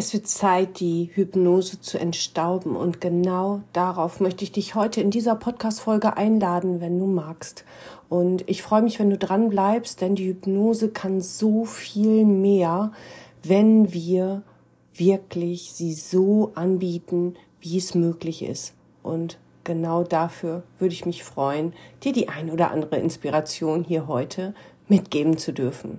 Es wird Zeit, die Hypnose zu entstauben, und genau darauf möchte ich dich heute in dieser Podcast-Folge einladen, wenn du magst. Und ich freue mich, wenn du dran bleibst, denn die Hypnose kann so viel mehr, wenn wir wirklich sie so anbieten, wie es möglich ist. Und genau dafür würde ich mich freuen, dir die ein oder andere Inspiration hier heute mitgeben zu dürfen.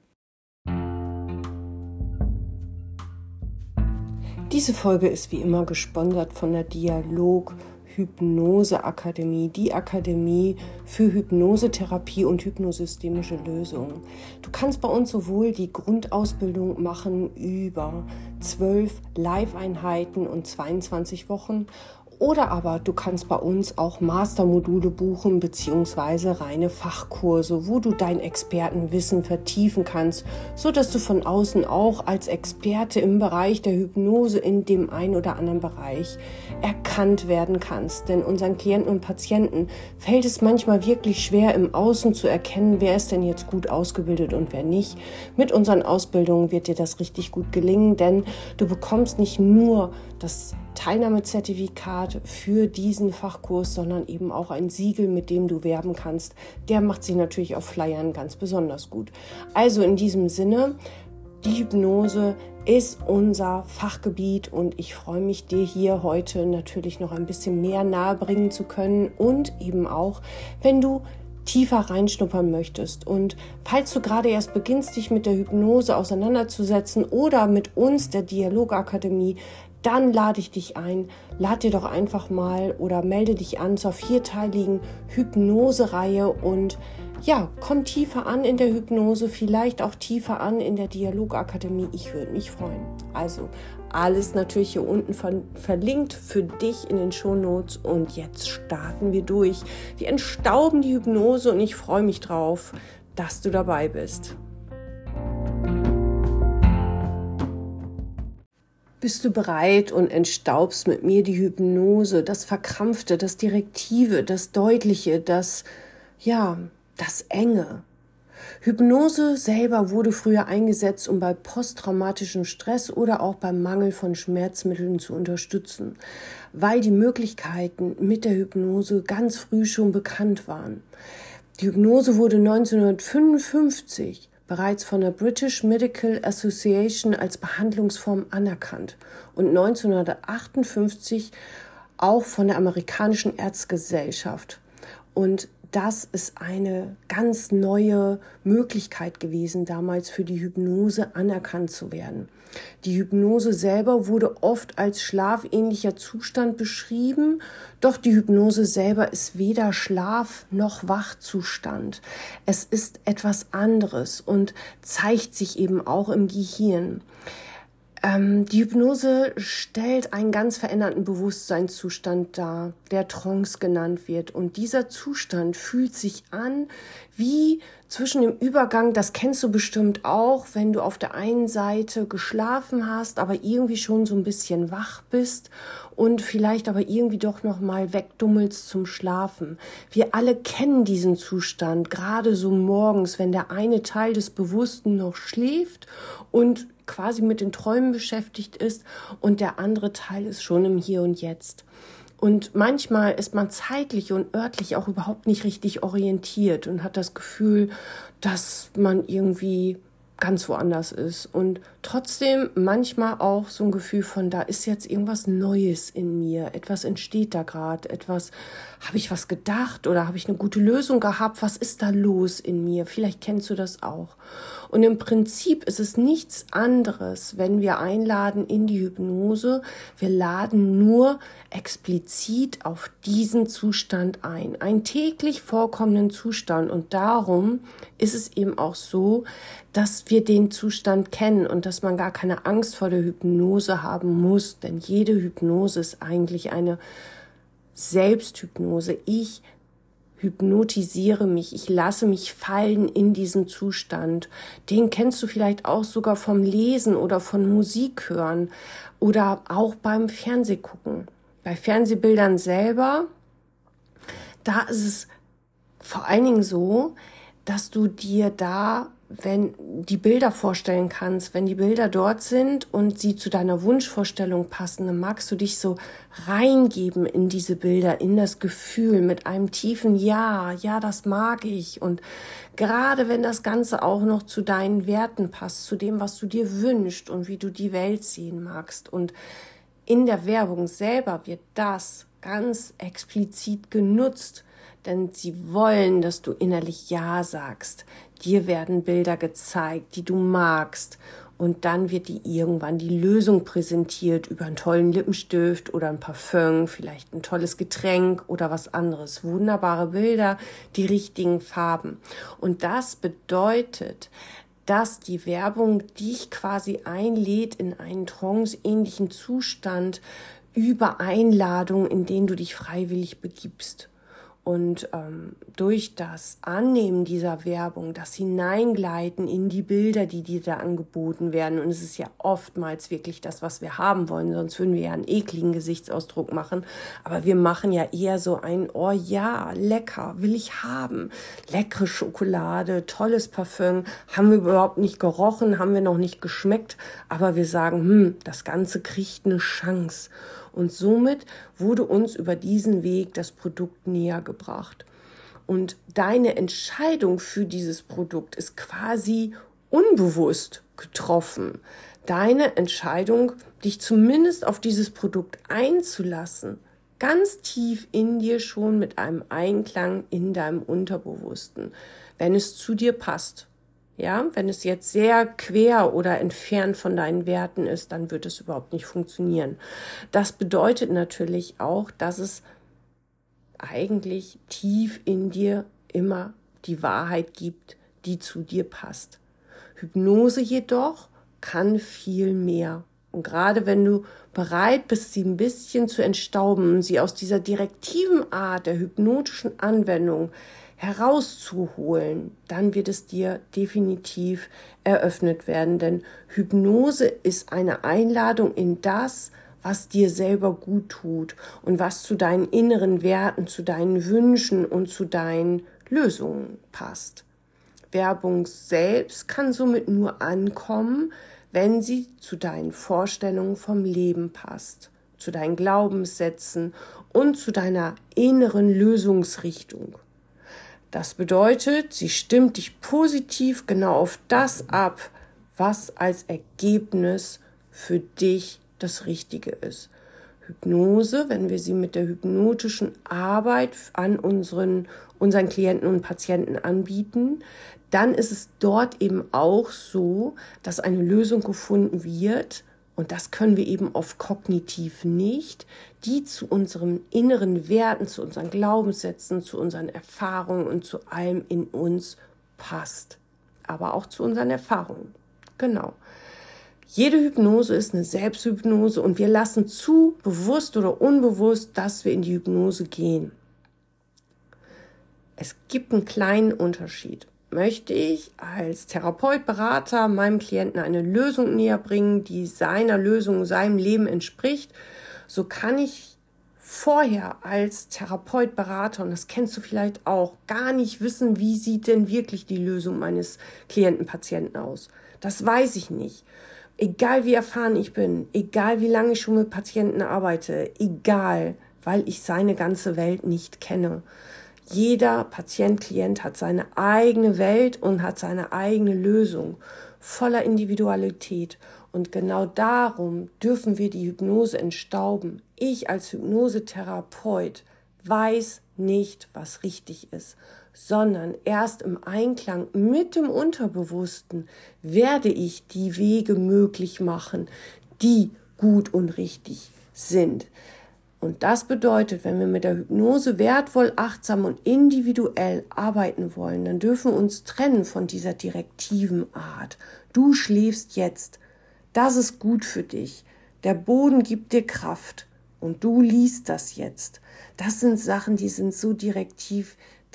Diese Folge ist wie immer gesponsert von der Dialog-Hypnose-Akademie, die Akademie für Hypnosetherapie und hypnosystemische Lösungen. Du kannst bei uns sowohl die Grundausbildung machen über 12 Live-Einheiten und 22 Wochen, oder aber du kannst bei uns auch Mastermodule buchen bzw. reine Fachkurse, wo du dein Expertenwissen vertiefen kannst, so dass du von außen auch als Experte im Bereich der Hypnose in dem einen oder anderen Bereich erkannt werden kannst. Denn unseren Klienten und Patienten fällt es manchmal wirklich schwer, im Außen zu erkennen, wer ist denn jetzt gut ausgebildet und wer nicht. Mit unseren Ausbildungen wird dir das richtig gut gelingen, denn du bekommst nicht nur das Teilnahmezertifikat für diesen Fachkurs, sondern eben auch ein Siegel, mit dem du werben kannst. Der macht sich natürlich auf Flyern ganz besonders gut. Also in diesem Sinne, die Hypnose ist unser Fachgebiet und ich freue mich, dir hier heute natürlich noch ein bisschen mehr nahebringen zu können und eben auch, wenn du tiefer reinschnuppern möchtest. Und falls du gerade erst beginnst, dich mit der Hypnose auseinanderzusetzen oder mit uns, der Dialogakademie, dann lade ich dich ein, lad dir doch einfach mal oder melde dich an zur 4-teiligen Hypnose-Reihe und ja, komm tiefer an in der Hypnose, vielleicht auch tiefer an in der Dialogakademie. Ich würde mich freuen. Also alles natürlich hier unten verlinkt für dich in den Shownotes und jetzt starten wir durch. Wir entstauben die Hypnose und ich freue mich drauf, dass du dabei bist. Bist du bereit und entstaubst mit mir die Hypnose, das Verkrampfte, das Direktive, das Deutliche, das Enge? Hypnose selber wurde früher eingesetzt, um bei posttraumatischem Stress oder auch beim Mangel von Schmerzmitteln zu unterstützen, weil die Möglichkeiten mit der Hypnose ganz früh schon bekannt waren. Die Hypnose wurde 1955 bereits von der British Medical Association als Behandlungsform anerkannt und 1958 auch von der amerikanischen Ärztegesellschaft. Und das ist eine ganz neue Möglichkeit gewesen, damals für die Hypnose anerkannt zu werden. Die Hypnose selber wurde oft als schlafähnlicher Zustand beschrieben, doch die Hypnose selber ist weder Schlaf noch Wachzustand. Es ist etwas anderes und zeigt sich eben auch im Gehirn. Die Hypnose stellt einen ganz veränderten Bewusstseinszustand dar, der Trance genannt wird. Und dieser Zustand fühlt sich an wie zwischen dem Übergang, das kennst du bestimmt auch, wenn du auf der einen Seite geschlafen hast, aber irgendwie schon so ein bisschen wach bist und vielleicht aber irgendwie doch noch mal wegdummelst zum Schlafen. Wir alle kennen diesen Zustand, gerade so morgens, wenn der eine Teil des Bewussten noch schläft und quasi mit den Träumen beschäftigt ist und der andere Teil ist schon im Hier und Jetzt. Und manchmal ist man zeitlich und örtlich auch überhaupt nicht richtig orientiert und hat das Gefühl, dass man irgendwie ganz woanders ist und trotzdem manchmal auch so ein Gefühl von, da ist jetzt irgendwas Neues in mir, etwas entsteht da gerade, habe ich was gedacht oder habe ich eine gute Lösung gehabt, was ist da los in mir? Vielleicht kennst du das auch. Und im Prinzip ist es nichts anderes, wenn wir einladen in die Hypnose, wir laden nur explizit auf diesen Zustand ein, einen täglich vorkommenden Zustand und darum ist es eben auch so, dass wir den Zustand kennen und dass man gar keine Angst vor der Hypnose haben muss, denn jede Hypnose ist eigentlich eine Selbsthypnose. Ich hypnotisiere mich, ich lasse mich fallen in diesen Zustand. Den kennst du vielleicht auch sogar vom Lesen oder von Musik hören oder auch beim Fernsehgucken. Bei Fernsehbildern selber, da ist es vor allen Dingen so, dass du dir da wenn die Bilder vorstellen kannst, wenn die Bilder dort sind und sie zu deiner Wunschvorstellung passen, dann magst du dich so reingeben in diese Bilder, in das Gefühl mit einem tiefen Ja, ja, das mag ich. Und gerade wenn das Ganze auch noch zu deinen Werten passt, zu dem, was du dir wünschst und wie du die Welt sehen magst. Und in der Werbung selber wird das ganz explizit genutzt, denn sie wollen, dass du innerlich Ja sagst. Dir werden Bilder gezeigt, die du magst. Und dann wird dir irgendwann die Lösung präsentiert über einen tollen Lippenstift oder ein Parfüm, vielleicht ein tolles Getränk oder was anderes. Wunderbare Bilder, die richtigen Farben. Und das bedeutet, dass die Werbung dich quasi einlädt in einen tranceähnlichen Zustand über Einladungen, in denen du dich freiwillig begibst. Und durch das Annehmen dieser Werbung, das Hineingleiten in die Bilder, die dir da angeboten werden, und es ist ja oftmals wirklich das, was wir haben wollen, sonst würden wir ja einen ekligen Gesichtsausdruck machen, aber wir machen ja eher so ein, oh ja, lecker, will ich haben, leckere Schokolade, tolles Parfüm, haben wir überhaupt nicht gerochen, haben wir noch nicht geschmeckt, aber wir sagen, das Ganze kriegt eine Chance. Und somit wurde uns über diesen Weg das Produkt näher gebracht. Und deine Entscheidung für dieses Produkt ist quasi unbewusst getroffen. Deine Entscheidung, dich zumindest auf dieses Produkt einzulassen, ganz tief in dir schon mit einem Einklang in deinem Unterbewussten, wenn es zu dir passt. Ja, wenn es jetzt sehr quer oder entfernt von deinen Werten ist, dann wird es überhaupt nicht funktionieren. Das bedeutet natürlich auch, dass es eigentlich tief in dir immer die Wahrheit gibt, die zu dir passt. Hypnose jedoch kann viel mehr. Und gerade wenn du bereit bist, sie ein bisschen zu entstauben, sie aus dieser direktiven Art der hypnotischen Anwendung herauszuholen, dann wird es dir definitiv eröffnet werden. Denn Hypnose ist eine Einladung in das, was dir selber gut tut und was zu deinen inneren Werten, zu deinen Wünschen und zu deinen Lösungen passt. Werbung selbst kann somit nur ankommen, wenn sie zu deinen Vorstellungen vom Leben passt, zu deinen Glaubenssätzen und zu deiner inneren Lösungsrichtung. Das bedeutet, sie stimmt dich positiv genau auf das ab, was als Ergebnis für dich das Richtige ist. Hypnose, wenn wir sie mit der hypnotischen Arbeit an unseren Klienten und Patienten anbieten, dann ist es dort eben auch so, dass eine Lösung gefunden wird, und das können wir eben oft kognitiv nicht, die zu unseren inneren Werten, zu unseren Glaubenssätzen, zu unseren Erfahrungen und zu allem in uns passt. Aber auch zu unseren Erfahrungen. Genau. Jede Hypnose ist eine Selbsthypnose und wir lassen zu, bewusst oder unbewusst, dass wir in die Hypnose gehen. Es gibt einen kleinen Unterschied. Möchte ich als Therapeut, Berater meinem Klienten eine Lösung näher bringen, die seiner Lösung, seinem Leben entspricht, so kann ich vorher als Therapeut, Berater, und das kennst du vielleicht auch, gar nicht wissen, wie sieht denn wirklich die Lösung meines Klienten, Patienten aus. Das weiß ich nicht. Egal wie erfahren ich bin, egal wie lange ich schon mit Patienten arbeite, egal, weil ich seine ganze Welt nicht kenne. Jeder Patient, Klient hat seine eigene Welt und hat seine eigene Lösung, voller Individualität. Und genau darum dürfen wir die Hypnose entstauben. Ich als Hypnosetherapeut weiß nicht, was richtig ist, sondern erst im Einklang mit dem Unterbewussten werde ich die Wege möglich machen, die gut und richtig sind. Und das bedeutet, wenn wir mit der Hypnose wertvoll, achtsam und individuell arbeiten wollen, dann dürfen wir uns trennen von dieser direktiven Art. Du schläfst jetzt. Das ist gut für dich. Der Boden gibt dir Kraft und du liest das jetzt. Das sind Sachen, die sind so direktiv,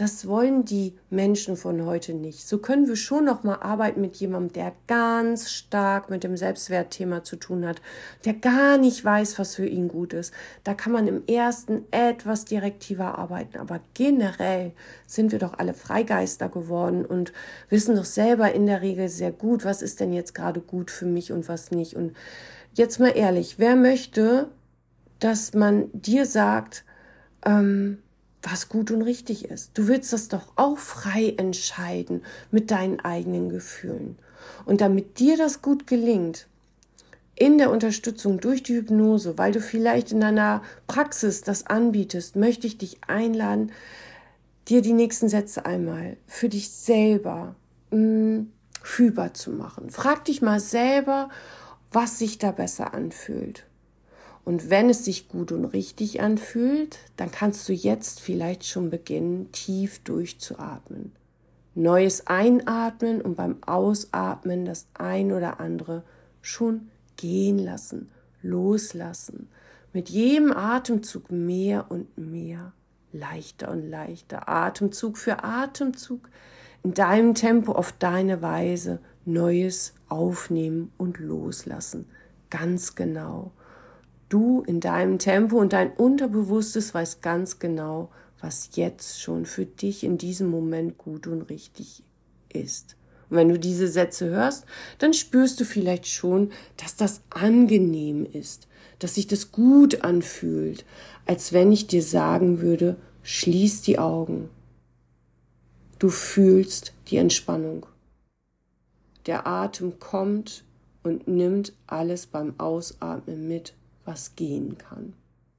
Das wollen die Menschen von heute nicht. So können wir schon noch mal arbeiten mit jemandem, der ganz stark mit dem Selbstwertthema zu tun hat, der gar nicht weiß, was für ihn gut ist. Da kann man im ersten etwas direktiver arbeiten. Aber generell sind wir doch alle Freigeister geworden und wissen doch selber in der Regel sehr gut, was ist denn jetzt gerade gut für mich und was nicht. Und jetzt mal ehrlich, wer möchte, dass man dir sagt, was gut und richtig ist. Du willst das doch auch frei entscheiden mit deinen eigenen Gefühlen. Und damit dir das gut gelingt, in der Unterstützung durch die Hypnose, weil du vielleicht in deiner Praxis das anbietest, möchte ich dich einladen, dir die nächsten Sätze einmal für dich selber fühlbar zu machen. Frag dich mal selber, was sich da besser anfühlt. Und wenn es sich gut und richtig anfühlt, dann kannst du jetzt vielleicht schon beginnen, tief durchzuatmen. Neues Einatmen und beim Ausatmen das ein oder andere schon gehen lassen, loslassen. Mit jedem Atemzug mehr und mehr, leichter und leichter, Atemzug für Atemzug, in deinem Tempo, auf deine Weise, Neues aufnehmen und loslassen. Ganz genau. Du in deinem Tempo und dein Unterbewusstes weiß ganz genau, was jetzt schon für dich in diesem Moment gut und richtig ist. Und wenn du diese Sätze hörst, dann spürst du vielleicht schon, dass das angenehm ist, dass sich das gut anfühlt, als wenn ich dir sagen würde, schließ die Augen. Du fühlst die Entspannung. Der Atem kommt und nimmt alles beim Ausatmen mit, was gehen kann.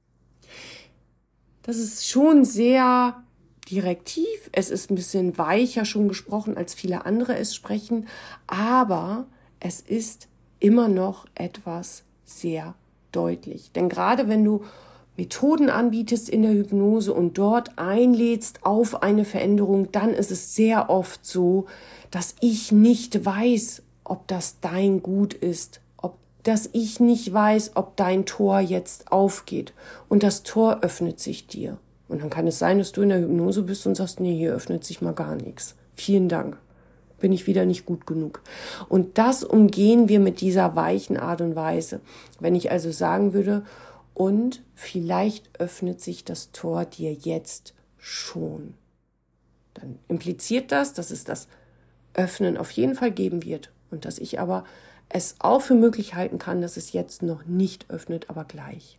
Das ist schon sehr direktiv, es ist ein bisschen weicher schon gesprochen, als viele andere es sprechen, aber es ist immer noch etwas sehr deutlich. Denn gerade wenn du Methoden anbietest in der Hypnose und dort einlädst auf eine Veränderung, dann ist es sehr oft so, dass ich nicht weiß, ob das dein Gut ist, dass ich nicht weiß, ob dein Tor jetzt aufgeht und das Tor öffnet sich dir. Und dann kann es sein, dass du in der Hypnose bist und sagst, nee, hier öffnet sich mal gar nichts. Vielen Dank. Bin ich wieder nicht gut genug. Und das umgehen wir mit dieser weichen Art und Weise. Wenn ich also sagen würde, und vielleicht öffnet sich das Tor dir jetzt schon. Dann impliziert das, dass es das Öffnen auf jeden Fall geben wird und dass ich aber es auch für möglich halten kann, dass es jetzt noch nicht öffnet, aber gleich.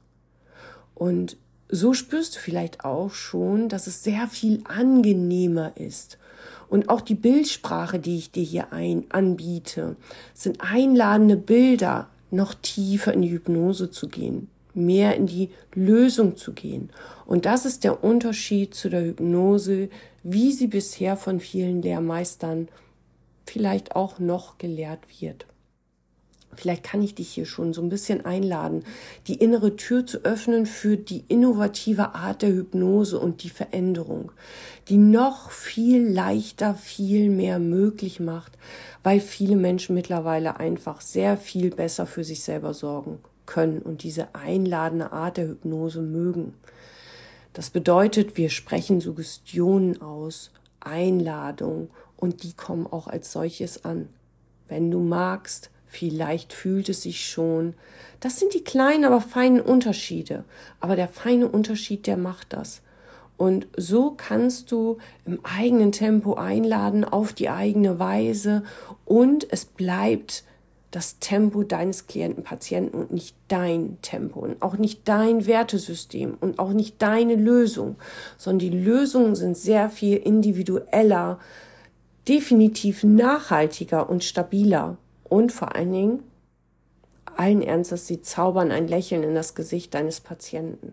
Und so spürst du vielleicht auch schon, dass es sehr viel angenehmer ist. Und auch die Bildsprache, die ich dir hier anbiete, sind einladende Bilder, noch tiefer in die Hypnose zu gehen, mehr in die Lösung zu gehen. Und das ist der Unterschied zu der Hypnose, wie sie bisher von vielen Lehrmeistern vielleicht auch noch gelehrt wird. Vielleicht kann ich dich hier schon so ein bisschen einladen, die innere Tür zu öffnen für die innovative Art der Hypnose und die Veränderung, die noch viel leichter, viel mehr möglich macht, weil viele Menschen mittlerweile einfach sehr viel besser für sich selber sorgen können und diese einladende Art der Hypnose mögen. Das bedeutet, wir sprechen Suggestionen aus, Einladungen und die kommen auch als solches an. Wenn du magst, vielleicht fühlt es sich schon. Das sind die kleinen, aber feinen Unterschiede. Aber der feine Unterschied, der macht das. Und so kannst du im eigenen Tempo einladen, auf die eigene Weise. Und es bleibt das Tempo deines Klienten, Patienten und nicht dein Tempo. Und auch nicht dein Wertesystem und auch nicht deine Lösung. Sondern die Lösungen sind sehr viel individueller, definitiv nachhaltiger und stabiler. Und vor allen Dingen, allen Ernstes, sie zaubern ein Lächeln in das Gesicht deines Patienten.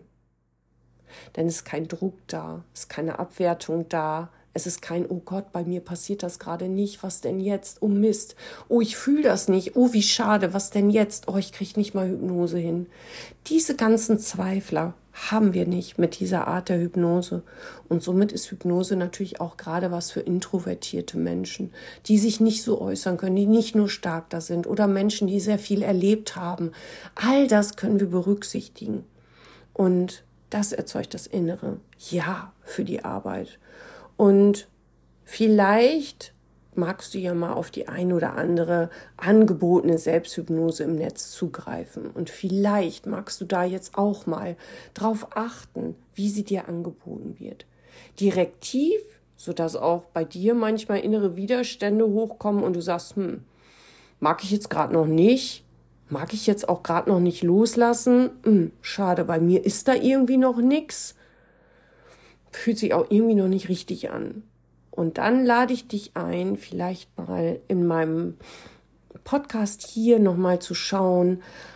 Denn es ist kein Druck da, es ist keine Abwertung da, es ist kein, oh Gott, bei mir passiert das gerade nicht, was denn jetzt? Oh Mist, oh ich fühle das nicht, oh wie schade, was denn jetzt? Oh ich kriege nicht mal Hypnose hin. Diese ganzen Zweifler haben wir nicht mit dieser Art der Hypnose. Und somit ist Hypnose natürlich auch gerade was für introvertierte Menschen, die sich nicht so äußern können, die nicht nur stark da sind oder Menschen, die sehr viel erlebt haben. All das können wir berücksichtigen. Und das erzeugt das innere Ja für die Arbeit. Und vielleicht magst du ja mal auf die ein oder andere angebotene Selbsthypnose im Netz zugreifen. Und vielleicht magst du da jetzt auch mal drauf achten, wie sie dir angeboten wird. Direktiv, sodass auch bei dir manchmal innere Widerstände hochkommen und du sagst, mag ich jetzt gerade noch nicht, mag ich jetzt auch gerade noch nicht loslassen, schade, bei mir ist da irgendwie noch nichts, fühlt sich auch irgendwie noch nicht richtig an. Und dann lade ich dich ein, vielleicht mal in meinem Podcast hier nochmal zu schauen,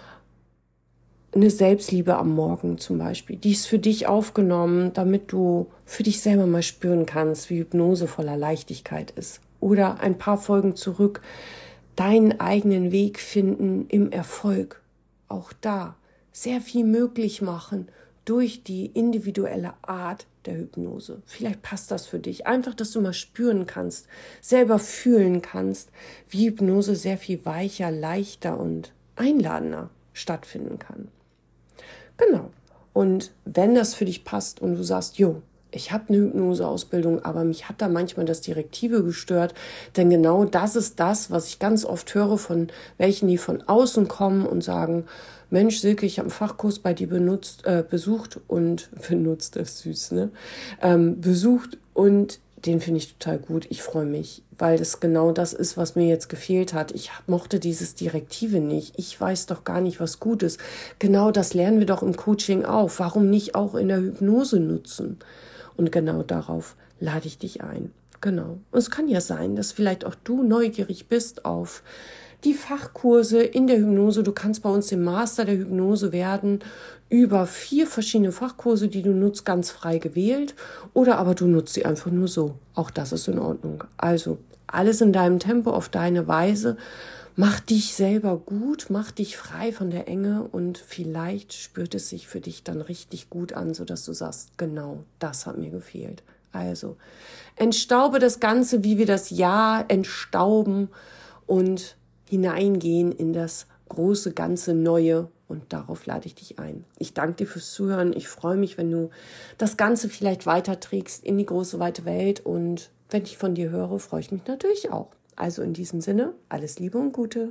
eine Selbstliebe am Morgen zum Beispiel. Die ist für dich aufgenommen, damit du für dich selber mal spüren kannst, wie Hypnose voller Leichtigkeit ist. Oder ein paar Folgen zurück, deinen eigenen Weg finden im Erfolg. Auch da sehr viel möglich machen durch die individuelle Art der Hypnose. Vielleicht passt das für dich. Einfach, dass du mal spüren kannst, selber fühlen kannst, wie Hypnose sehr viel weicher, leichter und einladender stattfinden kann. Genau. Und wenn das für dich passt und du sagst, ich habe eine Hypnoseausbildung, aber mich hat da manchmal das Direktive gestört, denn genau das ist das, was ich ganz oft höre von welchen, die von außen kommen und sagen, Mensch, Silke, ich habe einen Fachkurs bei dir besucht und benutzt, das ist süß, ne? Besucht und den finde ich total gut. Ich freue mich, weil das genau das ist, was mir jetzt gefehlt hat. Ich mochte dieses Direktive nicht. Ich weiß doch gar nicht, was gut ist. Genau das lernen wir doch im Coaching auch. Warum nicht auch in der Hypnose nutzen? Und genau darauf lade ich dich ein. Genau. Und es kann ja sein, dass vielleicht auch du neugierig bist auf die Fachkurse in der Hypnose. Du kannst bei uns den Master der Hypnose werden über 4 verschiedene Fachkurse, die du nutzt, ganz frei gewählt. Oder aber du nutzt sie einfach nur so. Auch das ist in Ordnung. Also alles in deinem Tempo, auf deine Weise. Mach dich selber gut, mach dich frei von der Enge und vielleicht spürt es sich für dich dann richtig gut an, sodass du sagst, genau, das hat mir gefehlt. Also entstaube das Ganze, wie wir das Jahr entstauben und hineingehen in das große, ganze Neue und darauf lade ich dich ein. Ich danke dir fürs Zuhören. Ich freue mich, wenn du das Ganze vielleicht weiterträgst in die große, weite Welt und wenn ich von dir höre, freue ich mich natürlich auch. Also in diesem Sinne, alles Liebe und Gute.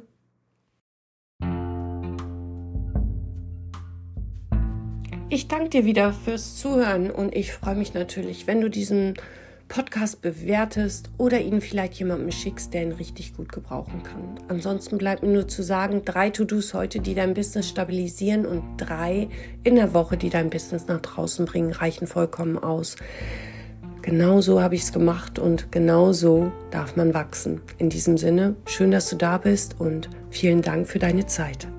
Ich danke dir wieder fürs Zuhören und ich freue mich natürlich, wenn du diesen Podcast bewertest oder ihn vielleicht jemandem schickst, der ihn richtig gut gebrauchen kann. Ansonsten bleibt mir nur zu sagen, 3 To-Dos heute, die dein Business stabilisieren und 3 in der Woche, die dein Business nach draußen bringen, reichen vollkommen aus. Genau so habe ich es gemacht und genau so darf man wachsen. In diesem Sinne, schön, dass du da bist und vielen Dank für deine Zeit.